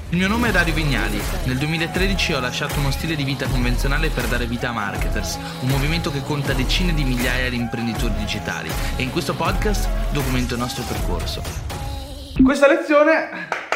Il mio nome è Dario Vignali. Nel 2013 ho lasciato uno stile di vita convenzionale per dare vita a Marketers, un movimento che conta decine di migliaia di imprenditori digitali, e in questo podcast documento il nostro percorso. Questa lezione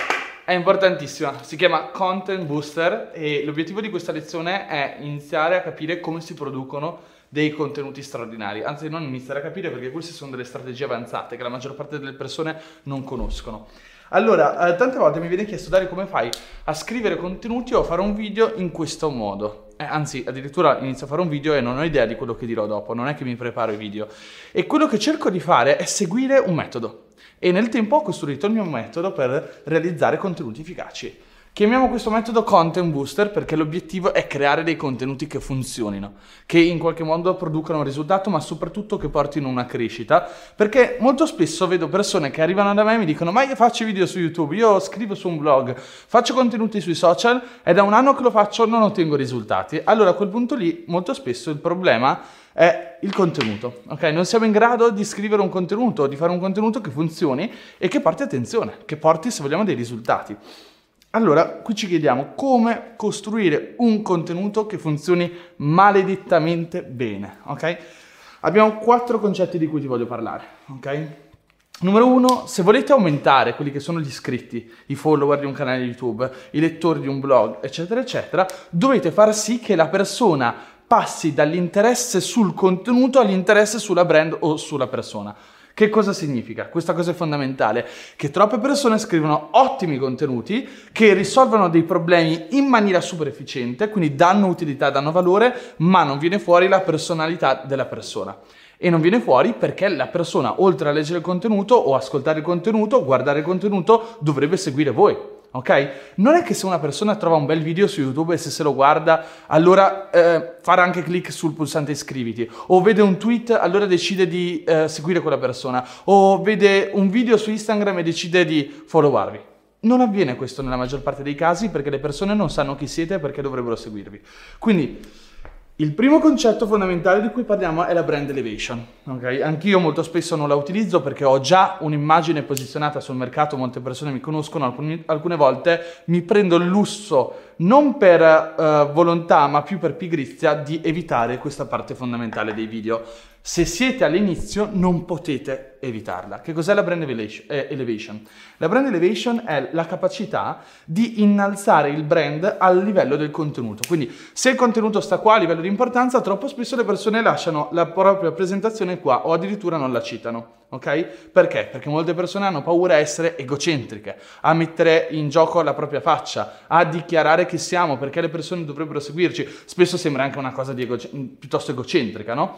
è importantissima, si chiama Content Booster e l'obiettivo di questa lezione è iniziare a capire come si producono dei contenuti straordinari, anzi non iniziare a capire, perché queste sono delle strategie avanzate che la maggior parte delle persone non conoscono. Allora, tante volte mi viene chiesto: Dario, come fai a scrivere contenuti o a fare un video in questo modo? Anzi, addirittura inizio a fare un video e non ho idea di quello che dirò dopo, non è che mi preparo i video. E quello che cerco di fare è seguire un metodo. E nel tempo ho costruito il mio metodo per realizzare contenuti efficaci. Chiamiamo questo metodo Content Booster perché l'obiettivo è creare dei contenuti che funzionino, che in qualche modo producano un risultato, ma soprattutto che portino una crescita, perché molto spesso vedo persone che arrivano da me e mi dicono: ma io faccio video su YouTube, io scrivo su un blog, faccio contenuti sui social, è da un anno che lo faccio, non ottengo risultati. Allora a quel punto lì molto spesso il problema è il contenuto, ok? Non siamo in grado di scrivere un contenuto, di fare un contenuto che funzioni e che porti attenzione, che porti, se vogliamo, dei risultati. Allora, qui ci chiediamo come costruire un contenuto che funzioni maledettamente bene, ok? Abbiamo 4 concetti di cui ti voglio parlare, ok? Numero 1, se volete aumentare quelli che sono gli iscritti, i follower di un canale YouTube, i lettori di un blog, eccetera, eccetera, dovete far sì che la persona passi dall'interesse sul contenuto all'interesse sulla brand o sulla persona. Che cosa significa? Questa cosa è fondamentale, che troppe persone scrivono ottimi contenuti che risolvono dei problemi in maniera super efficiente, quindi danno utilità, danno valore, ma non viene fuori la personalità della persona. E non viene fuori perché la persona, oltre a leggere il contenuto o ascoltare il contenuto, guardare il contenuto, dovrebbe seguire voi. Ok? Non è che se una persona trova un bel video su YouTube e se lo guarda, allora fare anche clic sul pulsante iscriviti, o vede un tweet, allora decide di seguire quella persona, o vede un video su Instagram e decide di followarvi. Non avviene questo nella maggior parte dei casi, perché le persone non sanno chi siete e perché dovrebbero seguirvi. Quindi il primo concetto fondamentale di cui parliamo è la brand elevation, ok? Anch'io molto spesso non la utilizzo perché ho già un'immagine posizionata sul mercato, molte persone mi conoscono, alcune volte mi prendo il lusso, non per volontà ma più per pigrizia, di evitare questa parte fondamentale dei video. Se siete all'inizio non potete evitarla. Che cos'è la brand elevation? La brand elevation è la capacità di innalzare il brand al livello del contenuto. Quindi se il contenuto sta qua a livello di importanza, troppo spesso le persone lasciano la propria presentazione qua o addirittura non la citano. Ok? Perché? Perché molte persone hanno paura a essere egocentriche, a mettere in gioco la propria faccia, a dichiarare chi siamo, perché le persone dovrebbero seguirci. Spesso sembra anche una cosa piuttosto egocentrica, no?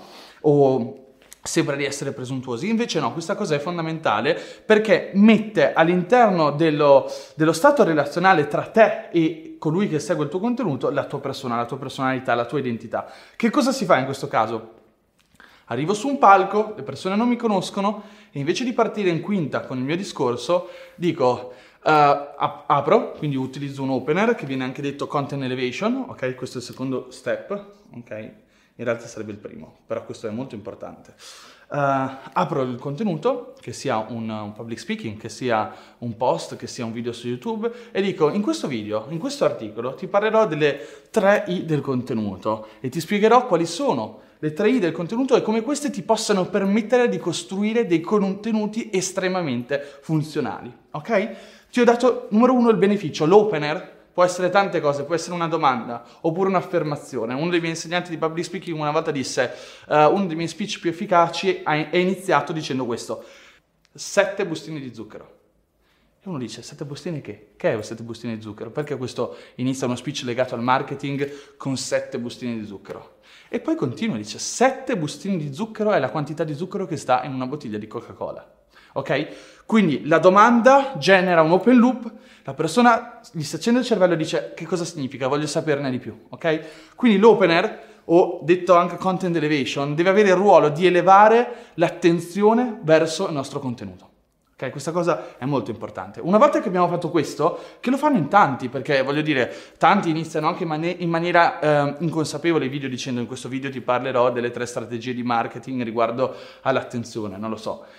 O sembra di essere presuntuosi. Invece no, questa cosa è fondamentale perché mette all'interno dello stato relazionale tra te e colui che segue il tuo contenuto la tua persona, la tua personalità, la tua identità. Che cosa si fa in questo caso? Arrivo su un palco, le persone non mi conoscono e invece di partire in quinta con il mio discorso dico apro, quindi utilizzo un opener che viene anche detto content elevation, ok? Questo è il secondo step, ok? In realtà sarebbe il primo, però questo è molto importante. Apro il contenuto, che sia un public speaking, che sia un post, che sia un video su YouTube, e dico: in questo video, in questo articolo, ti parlerò delle 3 I del contenuto e ti spiegherò quali sono le 3 I del contenuto e come queste ti possano permettere di costruire dei contenuti estremamente funzionali, ok? Ti ho dato, numero 1, il beneficio, l'opener. Può essere tante cose, può essere una domanda oppure un'affermazione. Uno dei miei insegnanti di public speaking una volta disse: uno dei miei speech più efficaci è iniziato dicendo questo: 7 bustine di zucchero. E uno dice: 7 bustine che? Che è 7 bustine di zucchero? Perché questo inizia uno speech legato al marketing con 7 bustine di zucchero? E poi continua e dice: 7 bustine di zucchero è la quantità di zucchero che sta in una bottiglia di Coca-Cola. Ok? Quindi la domanda genera un open loop, la persona gli si accende il cervello e dice: che cosa significa? Voglio saperne di più, ok? Quindi l'opener, o detto anche content elevation, deve avere il ruolo di elevare l'attenzione verso il nostro contenuto. Ok? Questa cosa è molto importante. Una volta che abbiamo fatto questo, che lo fanno in tanti, perché voglio dire, tanti iniziano anche in maniera inconsapevole i video dicendo: in questo video ti parlerò delle 3 strategie di marketing riguardo all'attenzione, non lo so.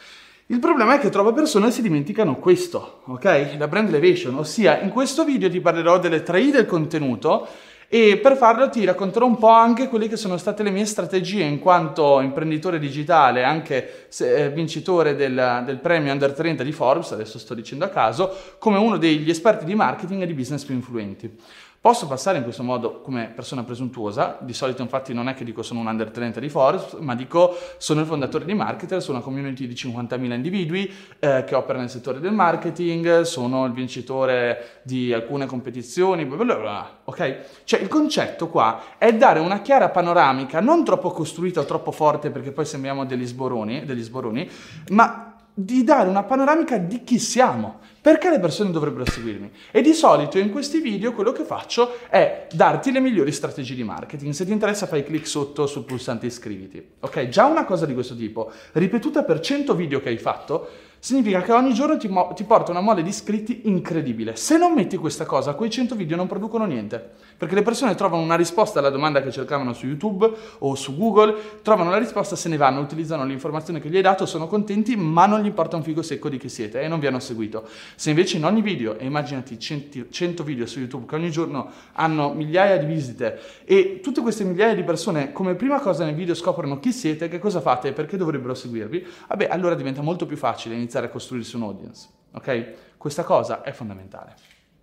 Il problema è che troppe persone si dimenticano questo, ok? La brand elevation, ossia in questo video ti parlerò delle 3 I del contenuto e per farlo ti racconterò un po' anche quelle che sono state le mie strategie in quanto imprenditore digitale, anche vincitore del premio Under 30 di Forbes, adesso sto dicendo a caso, come uno degli esperti di marketing e di business più influenti. Posso passare in questo modo come persona presuntuosa, di solito infatti non è che dico sono un Under 30 di Forbes, ma dico sono il fondatore di Marketer, sono una community di 50.000 individui che opera nel settore del marketing, sono il vincitore di alcune competizioni, bla bla bla, ok? Cioè il concetto qua è dare una chiara panoramica, non troppo costruita o troppo forte perché poi sembriamo degli sboroni, ma di dare una panoramica di chi siamo. Perché le persone dovrebbero seguirmi? E di solito in questi video quello che faccio è darti le migliori strategie di marketing. Se ti interessa fai clic sotto sul pulsante iscriviti. Ok? Già una cosa di questo tipo, ripetuta per 100 video che hai fatto, significa che ogni giorno ti porta una mole di iscritti incredibile. Se non metti questa cosa, quei 100 video non producono niente. Perché le persone trovano una risposta alla domanda che cercavano su YouTube o su Google, trovano la risposta, se ne vanno, utilizzano l'informazione che gli hai dato, sono contenti, ma non gli importa un figo secco di chi siete e non vi hanno seguito. Se invece in ogni video, e immaginati 100 video su YouTube che ogni giorno hanno migliaia di visite e tutte queste migliaia di persone come prima cosa nel video scoprono chi siete, che cosa fate e perché dovrebbero seguirvi, vabbè, allora diventa molto più facile iniziare a costruirsi un audience, ok? Questa cosa è fondamentale.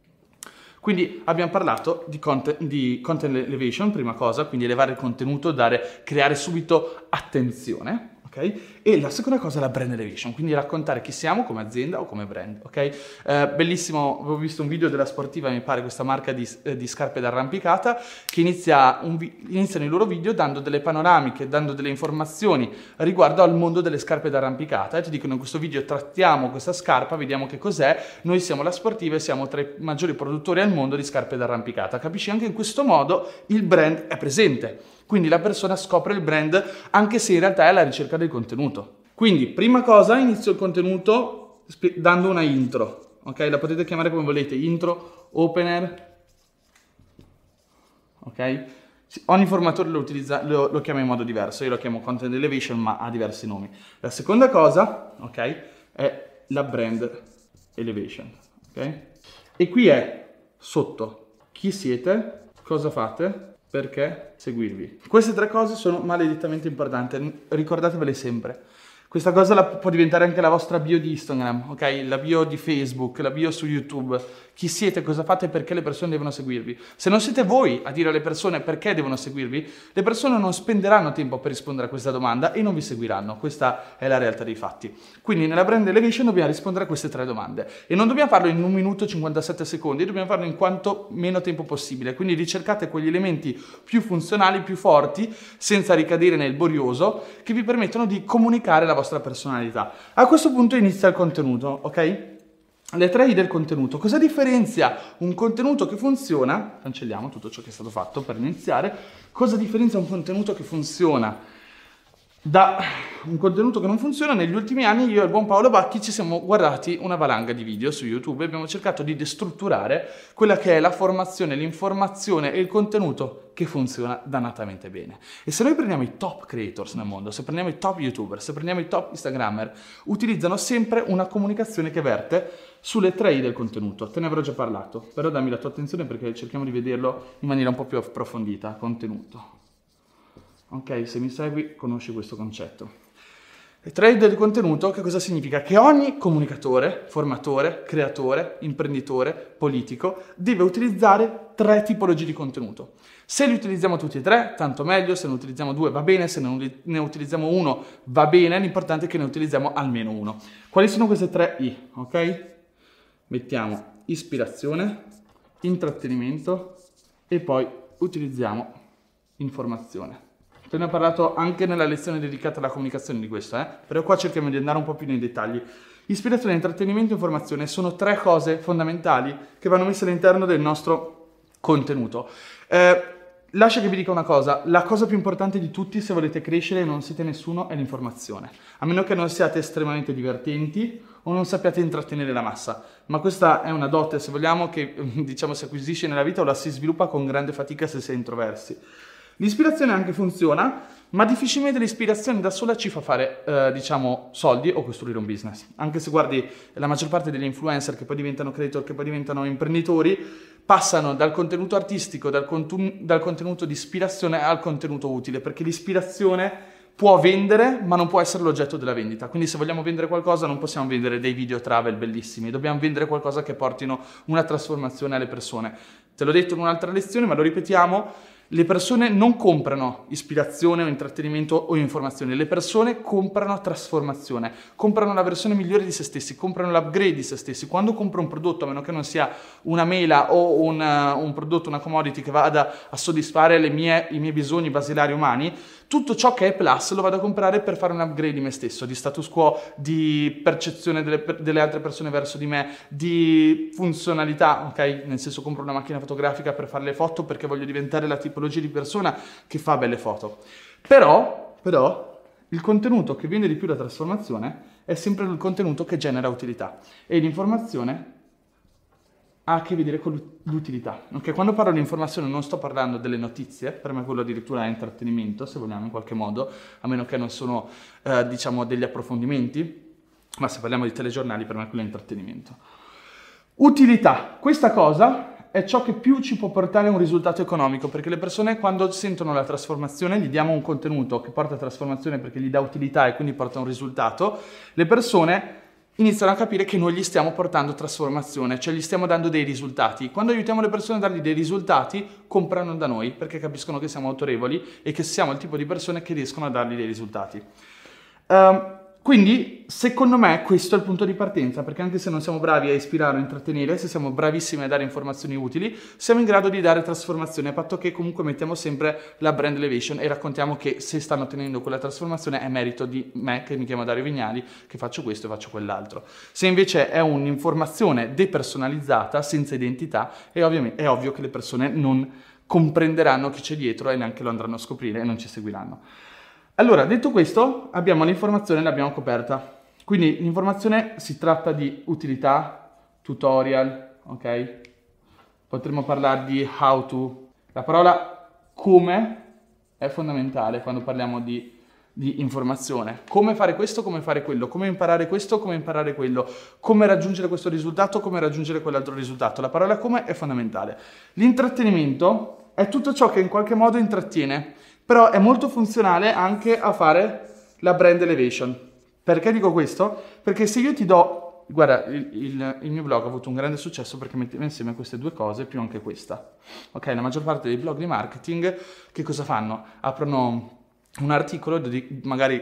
Quindi abbiamo parlato di content elevation, prima cosa, quindi elevare il contenuto, creare subito attenzione, ok? E la seconda cosa è la brand elevation, quindi raccontare chi siamo come azienda o come brand, ok? Bellissimo, avevo visto un video della Sportiva, mi pare, questa marca di scarpe d'arrampicata, che iniziano i loro video dando delle panoramiche, dando delle informazioni riguardo al mondo delle scarpe d'arrampicata e ti dicono in questo video trattiamo questa scarpa, vediamo che cos'è, noi siamo la Sportiva e siamo tra i maggiori produttori al mondo di scarpe d'arrampicata. Capisci? Anche in questo modo il brand è presente. Quindi la persona scopre il brand anche se in realtà è alla ricerca del contenuto. Quindi, prima cosa, inizio il contenuto dando una intro, ok? La potete chiamare come volete, intro, opener, ok? Ogni formatore lo chiama in modo diverso, io lo chiamo content elevation ma ha diversi nomi. La seconda cosa, ok, è la brand elevation, ok? E qui è sotto chi siete, cosa fate, perché seguirvi. Queste 3 cose sono maledettamente importanti, ricordatevele sempre. Questa cosa può diventare anche la vostra bio di Instagram, ok? La bio di Facebook, la bio su YouTube. Chi siete, cosa fate e perché le persone devono seguirvi. Se non siete voi a dire alle persone perché devono seguirvi, le persone non spenderanno tempo per rispondere a questa domanda e non vi seguiranno. Questa è la realtà dei fatti. Quindi nella brand elevation dobbiamo rispondere a queste 3 domande. E non dobbiamo farlo in 1 minuto e 57 secondi, dobbiamo farlo in quanto meno tempo possibile. Quindi ricercate quegli elementi più funzionali, più forti, senza ricadere nel borioso, che vi permettono di comunicare la vostra personalità. A questo punto inizia il contenuto, ok? Le 3 I del contenuto. Cosa differenzia un contenuto che funziona? Cancelliamo tutto ciò che è stato fatto per iniziare. Cosa differenzia un contenuto che funziona da un contenuto che non funziona? Negli ultimi anni io e il buon Paolo Bacchi ci siamo guardati una valanga di video su YouTube e abbiamo cercato di destrutturare quella che è la formazione, l'informazione e il contenuto che funziona dannatamente bene. E se noi prendiamo i top creators nel mondo, se prendiamo i top youtuber, se prendiamo i top instagrammer, utilizzano sempre una comunicazione che verte sulle 3 I del contenuto. Te ne avrò già parlato, però dammi la tua attenzione perché cerchiamo di vederlo in maniera un po' più approfondita. Contenuto. Ok, se mi segui conosci questo concetto. Le 3 I del contenuto, che cosa significa? Che ogni comunicatore, formatore, creatore, imprenditore, politico deve utilizzare 3 tipologie di contenuto. Se li utilizziamo tutti e 3, tanto meglio, se ne utilizziamo 2 va bene, se ne utilizziamo 1 va bene, l'importante è che ne utilizziamo almeno 1. Quali sono queste 3 I? Ok? Mettiamo ispirazione, intrattenimento e poi utilizziamo informazione. Te ne ho parlato anche nella lezione dedicata alla comunicazione di questo, però qua cerchiamo di andare un po' più nei dettagli. Ispirazione, intrattenimento e informazione sono 3 cose fondamentali che vanno messe all'interno del nostro contenuto. Lascia che vi dica una cosa, la cosa più importante di tutti se volete crescere e non siete nessuno è l'informazione. A meno che non siate estremamente divertenti o non sappiate intrattenere la massa. Ma questa è una dote, se vogliamo, che diciamo si acquisisce nella vita o la si sviluppa con grande fatica se si è introversi. L'ispirazione anche funziona, ma difficilmente l'ispirazione da sola ci fa fare, diciamo, soldi o costruire un business. Anche se guardi la maggior parte degli influencer che poi diventano creator, che poi diventano imprenditori, passano dal contenuto artistico, dal contenuto di ispirazione al contenuto utile, perché l'ispirazione può vendere, ma non può essere l'oggetto della vendita. Quindi se vogliamo vendere qualcosa non possiamo vendere dei video travel bellissimi, dobbiamo vendere qualcosa che portino una trasformazione alle persone. Te l'ho detto in un'altra lezione, ma lo ripetiamo. Le persone non comprano ispirazione o intrattenimento o informazione, le persone comprano trasformazione, comprano la versione migliore di se stessi, comprano l'upgrade di se stessi. Quando compro un prodotto, a meno che non sia una mela o un prodotto, una commodity che vada a soddisfare i miei bisogni basilari umani, tutto ciò che è plus lo vado a comprare per fare un upgrade di me stesso, di status quo, di percezione delle altre persone verso di me, di funzionalità, ok? Nel senso compro una macchina fotografica per fare le foto perché voglio diventare la tipologia di persona che fa belle foto. Però, il contenuto che vende di più la trasformazione è sempre il contenuto che genera utilità. E l'informazione ha a che vedere con l'utilità. Okay? Quando parlo di informazione non sto parlando delle notizie, per me quello addirittura è intrattenimento, se vogliamo in qualche modo, a meno che non sono, diciamo, degli approfondimenti, ma se parliamo di telegiornali per me quello è intrattenimento. Utilità, questa cosa è ciò che più ci può portare a un risultato economico, perché le persone quando sentono la trasformazione, gli diamo un contenuto che porta a trasformazione perché gli dà utilità e quindi porta a un risultato, le persone iniziano a capire che noi gli stiamo portando trasformazione, cioè gli stiamo dando dei risultati. Quando aiutiamo le persone a dargli dei risultati, comprano da noi, perché capiscono che siamo autorevoli e che siamo il tipo di persone che riescono a dargli dei risultati. Quindi, secondo me, questo è il punto di partenza, perché anche se non siamo bravi a ispirare o intrattenere, se siamo bravissimi a dare informazioni utili, siamo in grado di dare trasformazione, a patto che comunque mettiamo sempre la brand elevation e raccontiamo che se stanno ottenendo quella trasformazione è merito di me, che mi chiamo Dario Vignali, che faccio questo e faccio quell'altro. Se invece è un'informazione depersonalizzata, senza identità, è ovvio che le persone non comprenderanno chi c'è dietro e neanche lo andranno a scoprire e non ci seguiranno. Allora, detto questo, abbiamo l'informazione, l'abbiamo coperta. Quindi l'informazione si tratta di utilità, tutorial, ok? Potremmo parlare di how to. La parola come è fondamentale quando parliamo di informazione. Come fare questo, come fare quello, come imparare questo, come imparare quello, come raggiungere questo risultato, come raggiungere quell'altro risultato. La parola come è fondamentale. L'intrattenimento è tutto ciò che in qualche modo intrattiene, però è molto funzionale anche a fare la brand elevation. Perché dico questo? Perché se io ti do... Guarda, il mio blog ha avuto un grande successo perché metteva insieme queste due cose più anche questa. Ok, la maggior parte dei blog di marketing che cosa fanno? Aprono un articolo magari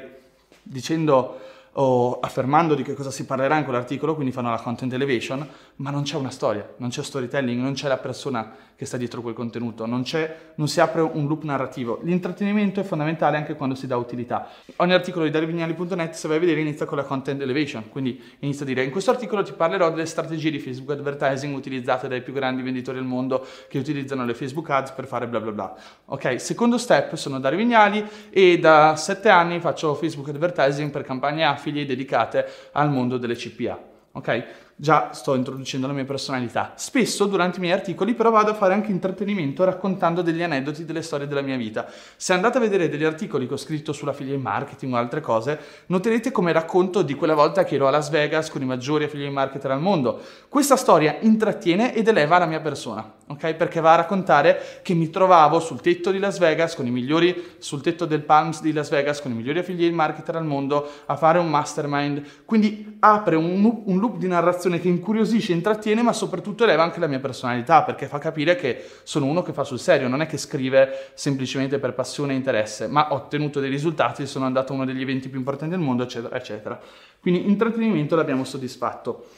dicendo o affermando di che cosa si parlerà in quell'articolo, quindi fanno la content elevation, ma non c'è una storia, non c'è storytelling, non c'è la persona che sta dietro quel contenuto, non si apre un loop narrativo. L'intrattenimento è fondamentale anche quando si dà utilità. Ogni articolo di dariovignali.net, se vai a vedere, inizia con la content elevation, quindi inizia a dire: in questo articolo ti parlerò delle strategie di Facebook advertising utilizzate dai più grandi venditori al mondo che utilizzano le Facebook ads per fare bla bla bla. Ok, secondo step, sono Dario Vignali e da 7 anni faccio Facebook advertising per campagne affiliate dedicate al mondo delle CPA. Ok? Già sto introducendo la mia personalità. Spesso durante i miei articoli però vado a fare anche intrattenimento raccontando degli aneddoti, delle storie della mia vita. Se andate a vedere degli articoli che ho scritto sull'affiliate marketing o altre cose, noterete come racconto di quella volta che ero a Las Vegas con i maggiori affiliate marketer al mondo. Questa storia intrattiene ed eleva la mia persona, ok? Perché va a raccontare che mi trovavo sul tetto di Las Vegas con i migliori, sul tetto del Palms di Las Vegas con i migliori affiliate marketer al mondo a fare un mastermind. Quindi apre un loop di narrazione che incuriosisce, intrattiene, ma soprattutto eleva anche la mia personalità, perché fa capire che sono uno che fa sul serio, non è che scrive semplicemente per passione e interesse, ma ho ottenuto dei risultati, sono andato a uno degli eventi più importanti del mondo, eccetera, eccetera. Quindi intrattenimento l'abbiamo soddisfatto.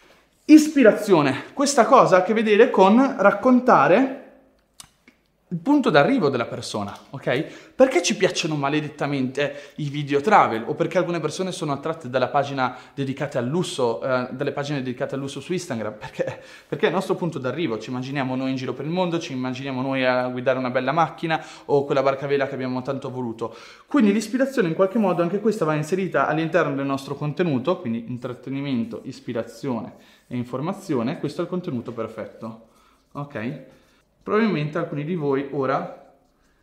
Ispirazione, questa cosa ha a che vedere con raccontare il punto d'arrivo della persona, ok? Perché ci piacciono maledettamente i video travel o perché alcune persone sono attratte dalla pagina dedicate al lusso, dalle pagine dedicate al lusso su Instagram? Perché è il nostro punto d'arrivo, ci immaginiamo noi in giro per il mondo, ci immaginiamo noi a guidare una bella macchina o quella barca a vela che abbiamo tanto voluto. Quindi l'ispirazione in qualche modo anche questa va inserita all'interno del nostro contenuto, quindi intrattenimento, ispirazione e informazione, questo è il contenuto perfetto, ok? Probabilmente alcuni di voi ora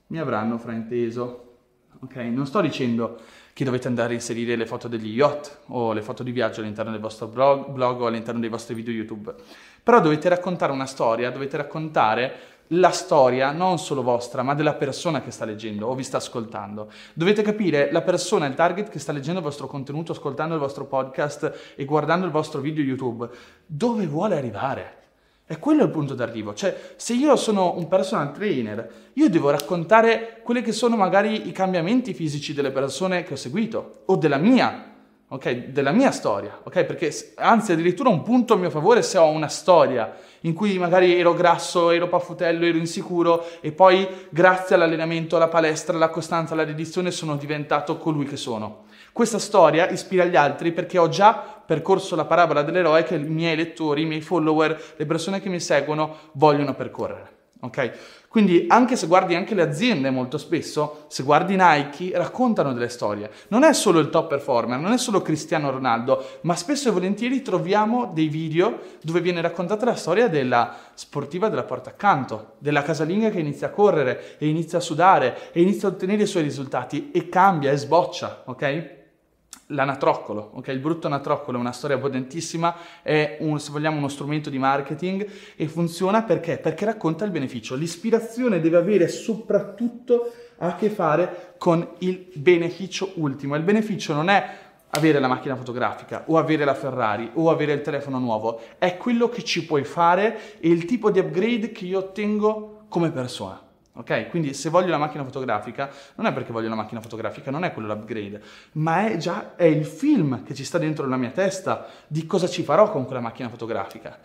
mi avranno frainteso. Ok? Non sto dicendo che dovete andare a inserire le foto degli yacht o le foto di viaggio all'interno del vostro blog o all'interno dei vostri video YouTube. Però dovete raccontare una storia, dovete raccontare la storia non solo vostra, ma della persona che sta leggendo o vi sta ascoltando. Dovete capire la persona, il target che sta leggendo il vostro contenuto, ascoltando il vostro podcast e guardando il vostro video YouTube, dove vuole arrivare. E quello è il punto d'arrivo. Cioè, se io sono un personal trainer, io devo raccontare quelli che sono magari i cambiamenti fisici delle persone che ho seguito o della mia, ok? Della mia storia, ok? Perché anzi, addirittura un punto a mio favore se ho una storia in cui magari ero grasso, ero paffutello, ero insicuro e poi grazie all'allenamento, alla palestra, alla costanza, alla dedizione sono diventato colui che sono. Questa storia ispira gli altri perché ho già percorso la parabola dell'eroe che i miei lettori, i miei follower, le persone che mi seguono vogliono percorrere. Ok? Quindi anche se guardi anche le aziende molto spesso, se guardi Nike, raccontano delle storie. Non è solo il top performer, non è solo Cristiano Ronaldo, ma spesso e volentieri troviamo dei video dove viene raccontata la storia della sportiva della porta accanto, della casalinga che inizia a correre e inizia a sudare e inizia a ottenere i suoi risultati e cambia e sboccia, ok? L'anatroccolo, ok? Il brutto anatroccolo è una storia potentissima, è se vogliamo uno strumento di marketing e funziona perché racconta il beneficio. L'ispirazione deve avere soprattutto a che fare con il beneficio ultimo. Il beneficio non è avere la macchina fotografica o avere la Ferrari o avere il telefono nuovo, è quello che ci puoi fare e il tipo di upgrade che io ottengo come persona. Ok? Quindi se voglio la macchina fotografica, non è perché voglio la macchina fotografica, non è quello l'upgrade, ma è il film che ci sta dentro la mia testa di cosa ci farò con quella macchina fotografica.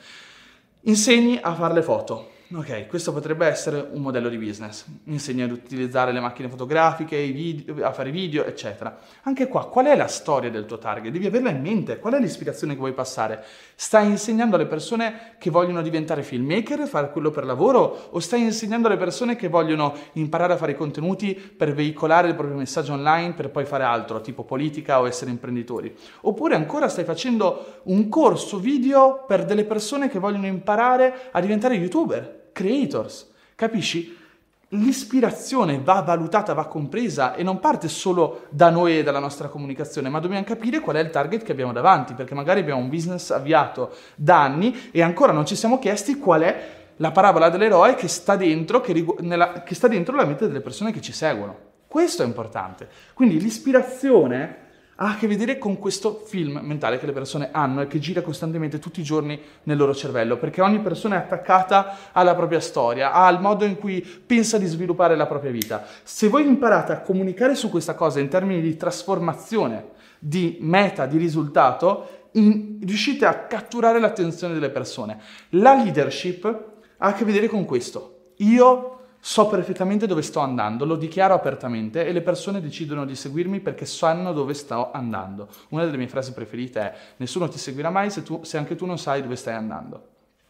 Insegni a fare le foto. Ok, questo potrebbe essere un modello di business. Insegni ad utilizzare le macchine fotografiche, i video, a fare video, eccetera. Anche qua, qual è la storia del tuo target? Devi averla in mente. Qual è l'ispirazione che vuoi passare? Stai insegnando alle persone che vogliono diventare filmmaker, fare quello per lavoro? O stai insegnando alle persone che vogliono imparare a fare i contenuti per veicolare il proprio messaggio online per poi fare altro, tipo politica o essere imprenditori? Oppure ancora stai facendo un corso video per delle persone che vogliono imparare a diventare youtuber? Creators, capisci? L'ispirazione va valutata, va compresa e non parte solo da noi e dalla nostra comunicazione, ma dobbiamo capire qual è il target che abbiamo davanti, perché magari abbiamo un business avviato da anni e ancora non ci siamo chiesti qual è la parabola dell'eroe che sta dentro, che sta dentro la mente delle persone che ci seguono. Questo è importante. Quindi l'ispirazione ha a che vedere con questo film mentale che le persone hanno e che gira costantemente tutti i giorni nel loro cervello, perché ogni persona è attaccata alla propria storia, al modo in cui pensa di sviluppare la propria vita. Se voi imparate a comunicare su questa cosa in termini di trasformazione, di meta, di risultato, riuscite a catturare l'attenzione delle persone. La leadership ha a che vedere con questo. Io so perfettamente dove sto andando, lo dichiaro apertamente e le persone decidono di seguirmi perché sanno dove sto andando. Una delle mie frasi preferite è: nessuno ti seguirà mai se anche tu non sai dove stai andando.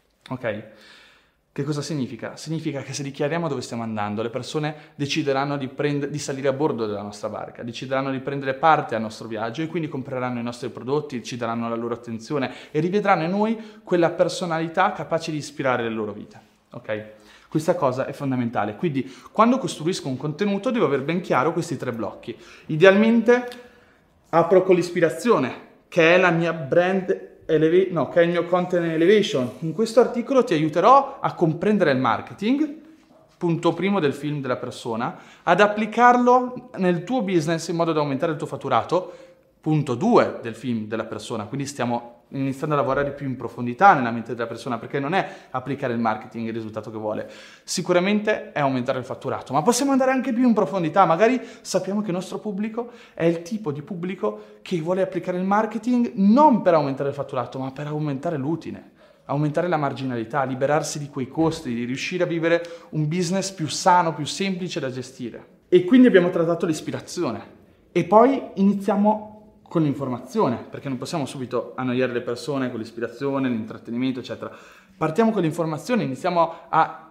Ok? Che cosa significa? Significa che se dichiariamo dove stiamo andando, le persone decideranno di salire a bordo della nostra barca, decideranno di prendere parte al nostro viaggio e quindi compreranno i nostri prodotti, ci daranno la loro attenzione e rivedranno in noi quella personalità capace di ispirare le loro vite. Ok? Questa cosa è fondamentale, quindi quando costruisco un contenuto devo aver ben chiaro questi 3 blocchi. Idealmente apro con l'ispirazione, che è la mia che è il mio content elevation. In questo articolo ti aiuterò a comprendere il marketing, punto primo del film della persona, ad applicarlo nel tuo business in modo da aumentare il tuo fatturato, punto 2 del film della persona, quindi stiamo iniziando a lavorare più in profondità nella mente della persona, perché non è applicare il marketing il risultato che vuole, sicuramente è aumentare il fatturato, ma possiamo andare anche più in profondità. Magari sappiamo che il nostro pubblico è il tipo di pubblico che vuole applicare il marketing non per aumentare il fatturato, ma per aumentare l'utile, aumentare la marginalità, liberarsi di quei costi, di riuscire a vivere un business più sano, più semplice da gestire. E quindi abbiamo trattato l'ispirazione e poi iniziamo con l'informazione, perché non possiamo subito annoiare le persone con l'ispirazione, l'intrattenimento, eccetera. Partiamo con l'informazione, iniziamo a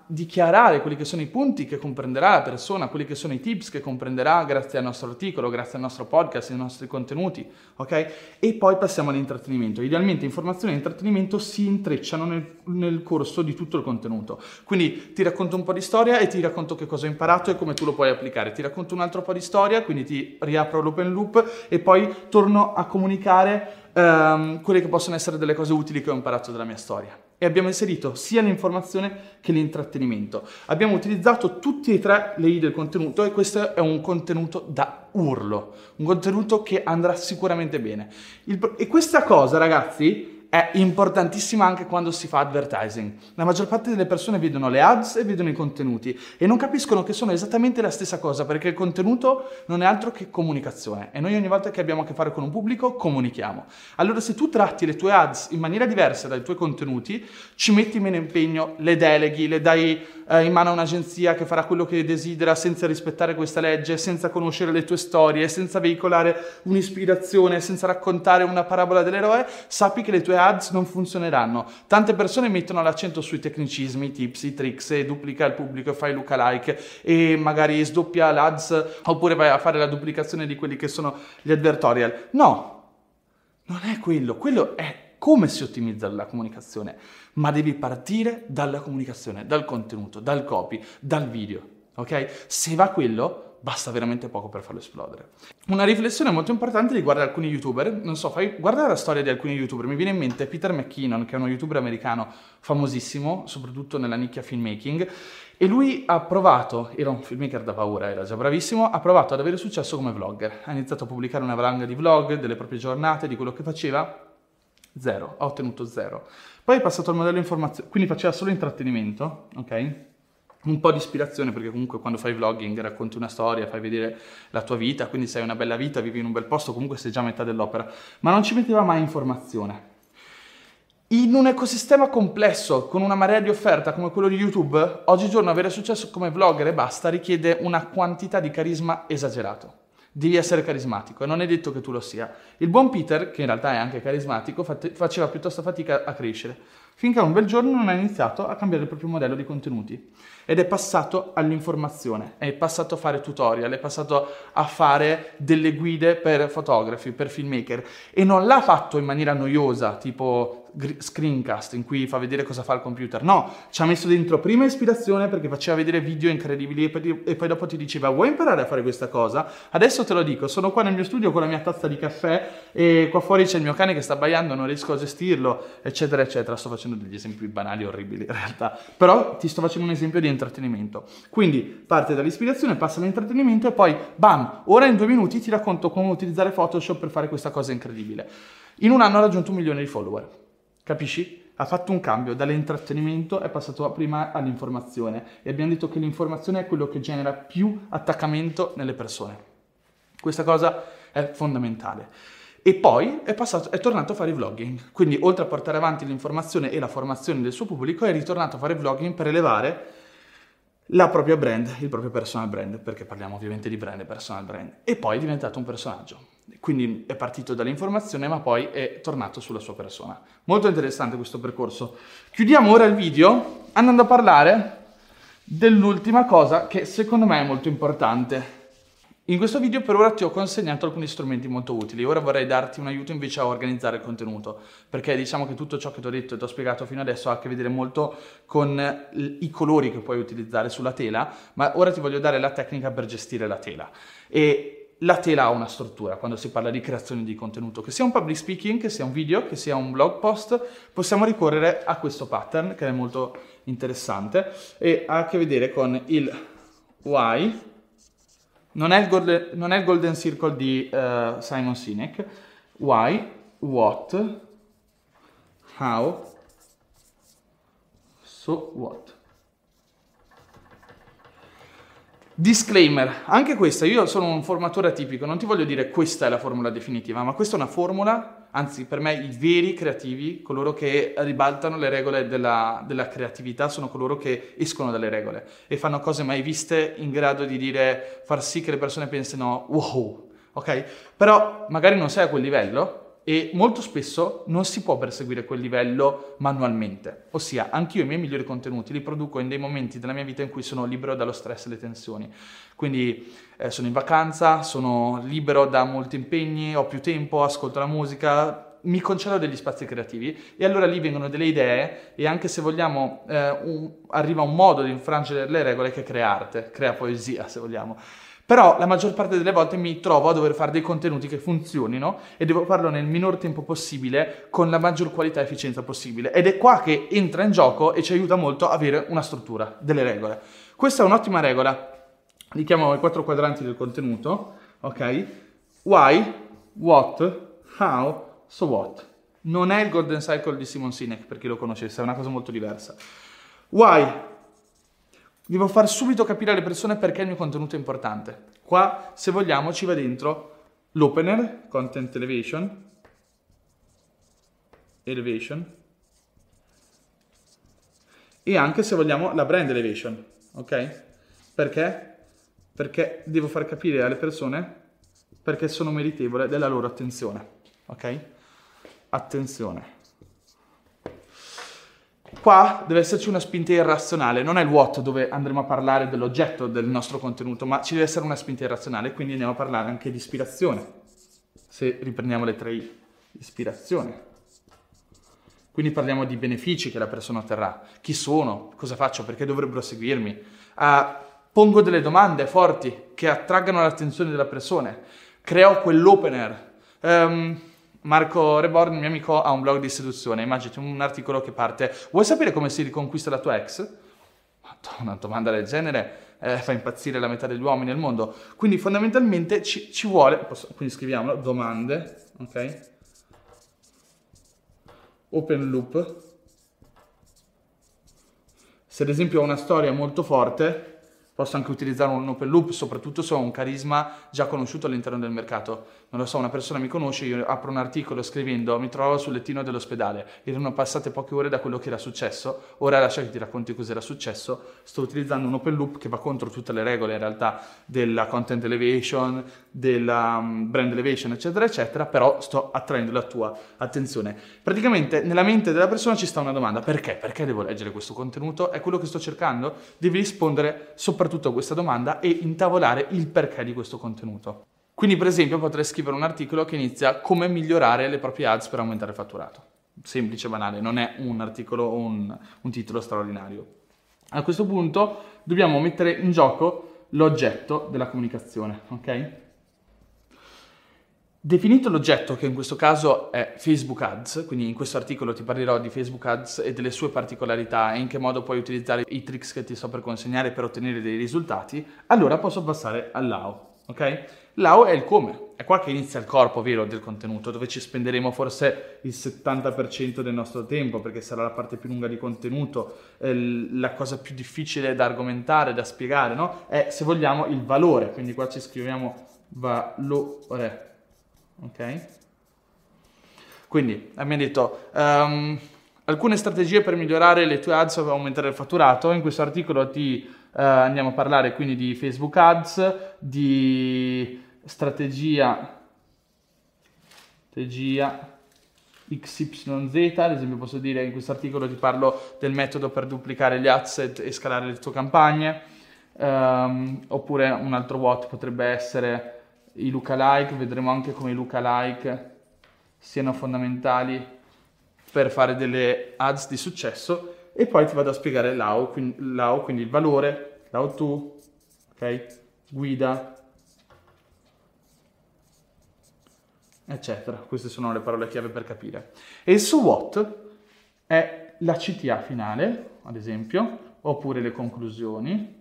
dichiarare quelli che sono i punti che comprenderà la persona, quelli che sono i tips che comprenderà grazie al nostro articolo, grazie al nostro podcast, ai nostri contenuti, ok? E poi passiamo all'intrattenimento. Idealmente informazione e intrattenimento si intrecciano nel corso di tutto il contenuto. Quindi ti racconto un po' di storia e ti racconto che cosa ho imparato e come tu lo puoi applicare. Ti racconto un altro po' di storia, quindi ti riapro l'open loop e poi torno a comunicare quelle che possono essere delle cose utili che ho imparato dalla mia storia. E abbiamo inserito sia l'informazione che l'intrattenimento. Abbiamo utilizzato tutti e tre le I del contenuto e questo è un contenuto da urlo, un contenuto che andrà sicuramente bene. E questa cosa, ragazzi, è importantissima anche quando si fa advertising. La maggior parte delle persone vedono le ads e vedono i contenuti e non capiscono che sono esattamente la stessa cosa, perché il contenuto non è altro che comunicazione e noi ogni volta che abbiamo a che fare con un pubblico comunichiamo. Allora se tu tratti le tue ads in maniera diversa dai tuoi contenuti, ci metti meno impegno, le deleghi, le dai in mano a un'agenzia che farà quello che desidera senza rispettare questa legge, senza conoscere le tue storie, senza veicolare un'ispirazione, senza raccontare una parabola dell'eroe, sappi che le tue ads non funzioneranno. Tante persone mettono l'accento sui tecnicismi, i tips, i tricks, e duplica il pubblico e fai lookalike e magari sdoppia l'ads oppure vai a fare la duplicazione di quelli che sono gli advertorial. No, non è quello è come si ottimizza la comunicazione, ma devi partire dalla comunicazione, dal contenuto, dal copy, dal video, ok? Se va quello, basta veramente poco per farlo esplodere. Una riflessione molto importante riguarda alcuni youtuber, non so, guarda la storia di alcuni youtuber, mi viene in mente Peter McKinnon, che è uno youtuber americano famosissimo, soprattutto nella nicchia filmmaking, e lui ha provato, era un filmmaker da paura, era già bravissimo, ha provato ad avere successo come vlogger, ha iniziato a pubblicare una valanga di vlog, delle proprie giornate, di quello che faceva, zero, ha ottenuto zero. Poi è passato al modello informazione, quindi faceva solo intrattenimento, ok? Un po' di ispirazione, perché comunque quando fai vlogging racconti una storia, fai vedere la tua vita, quindi se hai una bella vita, vivi in un bel posto, comunque sei già a metà dell'opera, ma non ci metteva mai informazione. In un ecosistema complesso, con una marea di offerta come quello di YouTube, oggigiorno avere successo come vlogger e basta richiede una quantità di carisma esagerato. Devi essere carismatico e non è detto che tu lo sia. Il buon Peter, che in realtà è anche carismatico, faceva piuttosto fatica a crescere, finché un bel giorno non ha iniziato a cambiare il proprio modello di contenuti ed è passato all'informazione, è passato a fare tutorial, è passato a fare delle guide per fotografi, per filmmaker e non l'ha fatto in maniera noiosa, tipo screencast in cui fa vedere cosa fa il computer, no, ci ha messo dentro prima ispirazione perché faceva vedere video incredibili e poi dopo ti diceva vuoi imparare a fare questa cosa? Adesso te lo dico, sono qua nel mio studio con la mia tazza di caffè e qua fuori c'è il mio cane che sta abbaiando, non riesco a gestirlo, eccetera eccetera. Sto facendo degli esempi banali, orribili in realtà, però ti sto facendo un esempio di intrattenimento. Quindi parte dall'ispirazione, passa all'intrattenimento e poi bam, ora in 2 minuti ti racconto come utilizzare Photoshop per fare questa cosa incredibile. In un anno ha raggiunto 1 milione di follower. Capisci? Ha fatto un cambio, dall'intrattenimento è passato prima all'informazione e abbiamo detto che l'informazione è quello che genera più attaccamento nelle persone. Questa cosa è fondamentale. E poi è tornato a fare vlogging, quindi oltre a portare avanti l'informazione e la formazione del suo pubblico è ritornato a fare vlogging per elevare la propria brand, il proprio personal brand, perché parliamo ovviamente di brand e personal brand, e poi è diventato un personaggio. Quindi è partito dall'informazione ma poi è tornato sulla sua persona. Molto interessante questo percorso. Chiudiamo ora il video andando a parlare dell'ultima cosa che secondo me è molto importante. In questo video per ora ti ho consegnato alcuni strumenti molto utili, ora vorrei darti un aiuto invece a organizzare il contenuto, perché diciamo che tutto ciò che ti ho detto e ti ho spiegato fino adesso ha a che vedere molto con i colori che puoi utilizzare sulla tela, ma ora ti voglio dare la tecnica per gestire la tela. E la tela ha una struttura quando si parla di creazione di contenuto, che sia un public speaking, che sia un video, che sia un blog post, possiamo ricorrere a questo pattern che è molto interessante e ha a che vedere con il why. Non è il golden circle di Simon Sinek. Why, what, how, so what. Disclaimer, anche questa, io sono un formatore atipico, non ti voglio dire questa è la formula definitiva, ma questa è una formula, anzi per me i veri creativi, coloro che ribaltano le regole della creatività, sono coloro che escono dalle regole e fanno cose mai viste in grado di far sì che le persone pensino wow, ok? Però magari non sei a quel livello, e molto spesso non si può perseguire quel livello manualmente, ossia anch'io i miei migliori contenuti li produco in dei momenti della mia vita in cui sono libero dallo stress e le tensioni, quindi sono in vacanza, sono libero da molti impegni, ho più tempo, ascolto la musica, mi concedo degli spazi creativi e allora lì vengono delle idee e anche se vogliamo arriva un modo di infrangere le regole che crea arte, crea poesia se vogliamo. Però la maggior parte delle volte mi trovo a dover fare dei contenuti che funzionino e devo farlo nel minor tempo possibile con la maggior qualità e efficienza possibile. Ed è qua che entra in gioco e ci aiuta molto a avere una struttura, delle regole. Questa è un'ottima regola, li chiamo i 4 quadranti del contenuto, ok? Why, what, how, so what. Non è il Golden Cycle di Simon Sinek, per chi lo conoscesse, è una cosa molto diversa. Why? Devo far subito capire alle persone perché il mio contenuto è importante. Qua, se vogliamo, ci va dentro l'opener, content elevation, e anche, se vogliamo, la brand elevation, ok? Perché? Perché devo far capire alle persone perché sono meritevole della loro attenzione, ok? Attenzione. Qua deve esserci una spinta irrazionale, non è il what dove andremo a parlare dell'oggetto del nostro contenuto, ma ci deve essere una spinta irrazionale, quindi andiamo a parlare anche di ispirazione. Se riprendiamo le 3 I, ispirazione. Quindi parliamo di benefici che la persona otterrà. Chi sono? Cosa faccio? Perché dovrebbero seguirmi? Pongo delle domande forti che attraggano l'attenzione della persona. Creo quell'opener. Marco Reborn, il mio amico, ha un blog di seduzione. Immaginati un articolo che parte: vuoi sapere come si riconquista la tua ex? Una domanda del genere fa impazzire la metà degli uomini al mondo. Quindi fondamentalmente ci vuole, quindi scriviamolo, domande, ok? Open loop. Se ad esempio ho una storia molto forte, posso anche utilizzare un open loop, soprattutto se ho un carisma già conosciuto all'interno del mercato. Non lo so, una persona mi conosce, io apro un articolo scrivendo: mi trovavo sul lettino dell'ospedale, erano passate poche ore da quello che era successo, ora lascia che ti racconti cos'era successo. Sto utilizzando un open loop che va contro tutte le regole in realtà della content elevation, della brand elevation, eccetera, eccetera, però sto attraendo la tua attenzione. Praticamente nella mente della persona ci sta una domanda: perché? Perché devo leggere questo contenuto? È quello che sto cercando? Devi rispondere soprattutto a questa domanda e intavolare il perché di questo contenuto. Quindi per esempio potrei scrivere un articolo che inizia: come migliorare le proprie ads per aumentare il fatturato. Semplice, banale, non è un articolo o un titolo straordinario. A questo punto dobbiamo mettere in gioco l'oggetto della comunicazione, ok? Definito l'oggetto, che in questo caso è Facebook Ads, quindi in questo articolo ti parlerò di Facebook Ads e delle sue particolarità e in che modo puoi utilizzare i tricks che ti sto per consegnare per ottenere dei risultati, allora posso passare all'HOW, ok? L'HOW è il come, è qua che inizia il corpo vero del contenuto, dove ci spenderemo forse il 70% del nostro tempo, perché sarà la parte più lunga di contenuto, la cosa più difficile da argomentare, da spiegare, no? È, se vogliamo, il valore, quindi qua ci scriviamo valore. Ok? Quindi abbiamo detto alcune strategie per migliorare le tue ads o aumentare il fatturato. In questo articolo andiamo a parlare quindi di Facebook Ads, di strategia XYZ. Ad esempio posso dire, in questo articolo ti parlo del metodo per duplicare gli asset e scalare le tue campagne, oppure un altro what potrebbe essere i lookalike. Vedremo anche come i lookalike siano fondamentali per fare delle ads di successo, e poi ti vado a spiegare l'HOW, quindi il valore, l'how to, ok? Guida, eccetera. Queste sono le parole chiave per capire. E il so what è la CTA finale, ad esempio, oppure le conclusioni.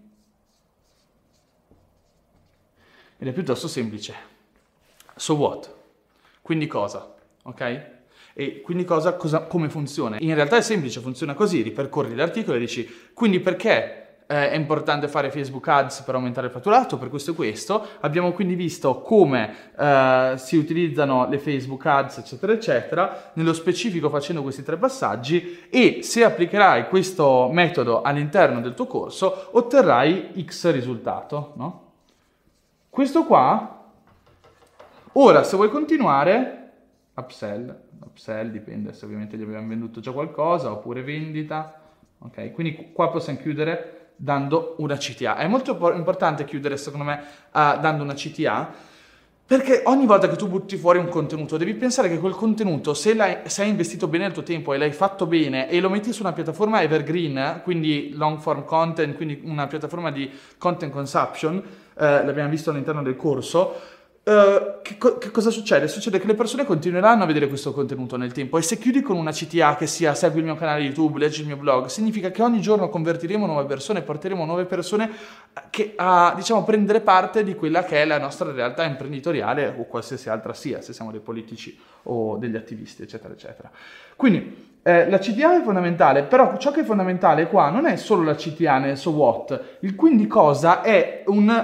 Ed è piuttosto semplice. So what? Quindi cosa? Ok? E quindi come funziona? In realtà è semplice, funziona così: ripercorri l'articolo e dici: quindi perché è importante fare Facebook Ads per aumentare il fatturato? Per questo e questo. Abbiamo quindi visto come si utilizzano le Facebook Ads, eccetera, eccetera, nello specifico facendo questi 3 passaggi, e se applicherai questo metodo all'interno del tuo corso otterrai X risultato, no? Questo qua. Ora, se vuoi continuare, upsell dipende se ovviamente gli abbiamo venduto già qualcosa, oppure vendita, ok? Quindi qua possiamo chiudere dando una CTA. È molto importante chiudere, secondo me, dando una CTA, perché ogni volta che tu butti fuori un contenuto devi pensare che quel contenuto, se hai investito bene il tuo tempo e l'hai fatto bene e lo metti su una piattaforma evergreen, quindi long form content, quindi una piattaforma di content consumption, l'abbiamo visto all'interno del corso, che cosa succede? Succede che le persone continueranno a vedere questo contenuto nel tempo, e se chiudi con una CTA che sia segui il mio canale YouTube, leggi il mio blog, significa che ogni giorno convertiremo nuove persone, porteremo nuove persone a diciamo prendere parte di quella che è la nostra realtà imprenditoriale, o qualsiasi altra sia, se siamo dei politici o degli attivisti, eccetera eccetera. Quindi la CTA è fondamentale, però ciò che è fondamentale qua non è solo la CTA nel so what, il quindi cosa è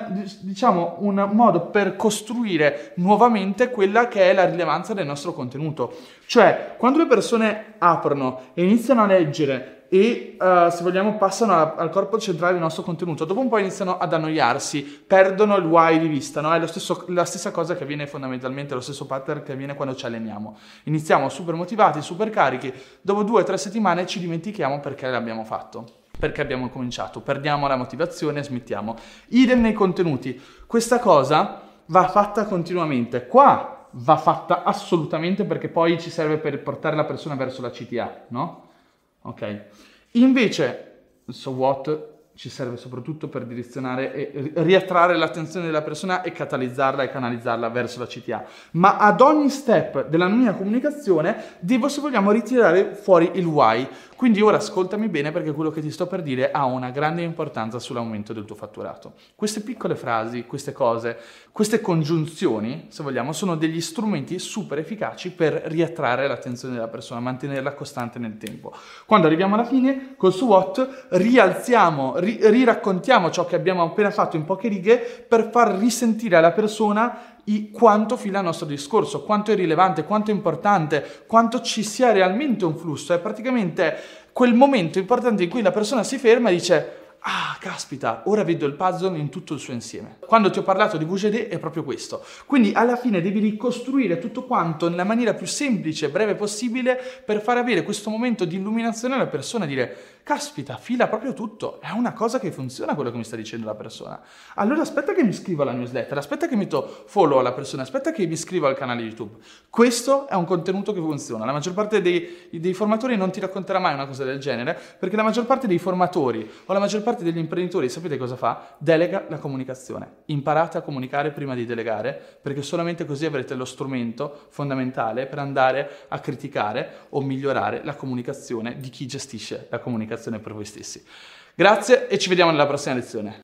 un modo per costruire nuovamente quella che è la rilevanza del nostro contenuto. Cioè, quando le persone aprono e iniziano a leggere e se vogliamo passano al corpo centrale del nostro contenuto, dopo un po' iniziano ad annoiarsi, perdono il why di vista, no? È la stessa cosa che avviene fondamentalmente, lo stesso pattern che avviene quando ci alleniamo. Iniziamo super motivati, super carichi, dopo 2 o 3 settimane ci dimentichiamo perché l'abbiamo fatto, perché abbiamo cominciato, perdiamo la motivazione e smettiamo. Idem nei contenuti, questa cosa va fatta continuamente. Qua va fatta assolutamente, perché poi ci serve per portare la persona verso la CTA, no? Ok, invece so what ci serve soprattutto per direzionare e riattrarre l'attenzione della persona e catalizzarla e canalizzarla verso la CTA. Ma ad ogni step della mia comunicazione devo, se vogliamo, ritirare fuori il why. Quindi ora ascoltami bene, perché quello che ti sto per dire ha una grande importanza sull'aumento del tuo fatturato. Queste piccole frasi, queste cose, queste congiunzioni, se vogliamo, sono degli strumenti super efficaci per riattrarre l'attenzione della persona, mantenerla costante nel tempo. Quando arriviamo alla fine, col so what, rialziamo, riraccontiamo ciò che abbiamo appena fatto in poche righe per far risentire alla persona quanto fila il nostro discorso, quanto è rilevante, quanto è importante, quanto ci sia realmente un flusso. È praticamente quel momento importante in cui la persona si ferma e dice: ah, caspita, ora vedo il puzzle in tutto il suo insieme. Quando ti ho parlato di VGD è proprio questo. Quindi alla fine devi ricostruire tutto quanto nella maniera più semplice e breve possibile per far avere questo momento di illuminazione alla persona e dire: caspita, fila proprio tutto, è una cosa che funziona quello che mi sta dicendo la persona. Allora aspetta che mi iscrivo alla newsletter, aspetta che metto follow alla persona, aspetta che mi iscrivo al canale YouTube. Questo è un contenuto che funziona. La maggior parte dei formatori non ti racconterà mai una cosa del genere, perché la maggior parte dei formatori o la maggior parte degli imprenditori, sapete cosa fa? Delega la comunicazione. Imparate a comunicare prima di delegare, perché solamente così avrete lo strumento fondamentale per andare a criticare o migliorare la comunicazione di chi gestisce la comunicazione per voi stessi. Grazie e ci vediamo nella prossima lezione.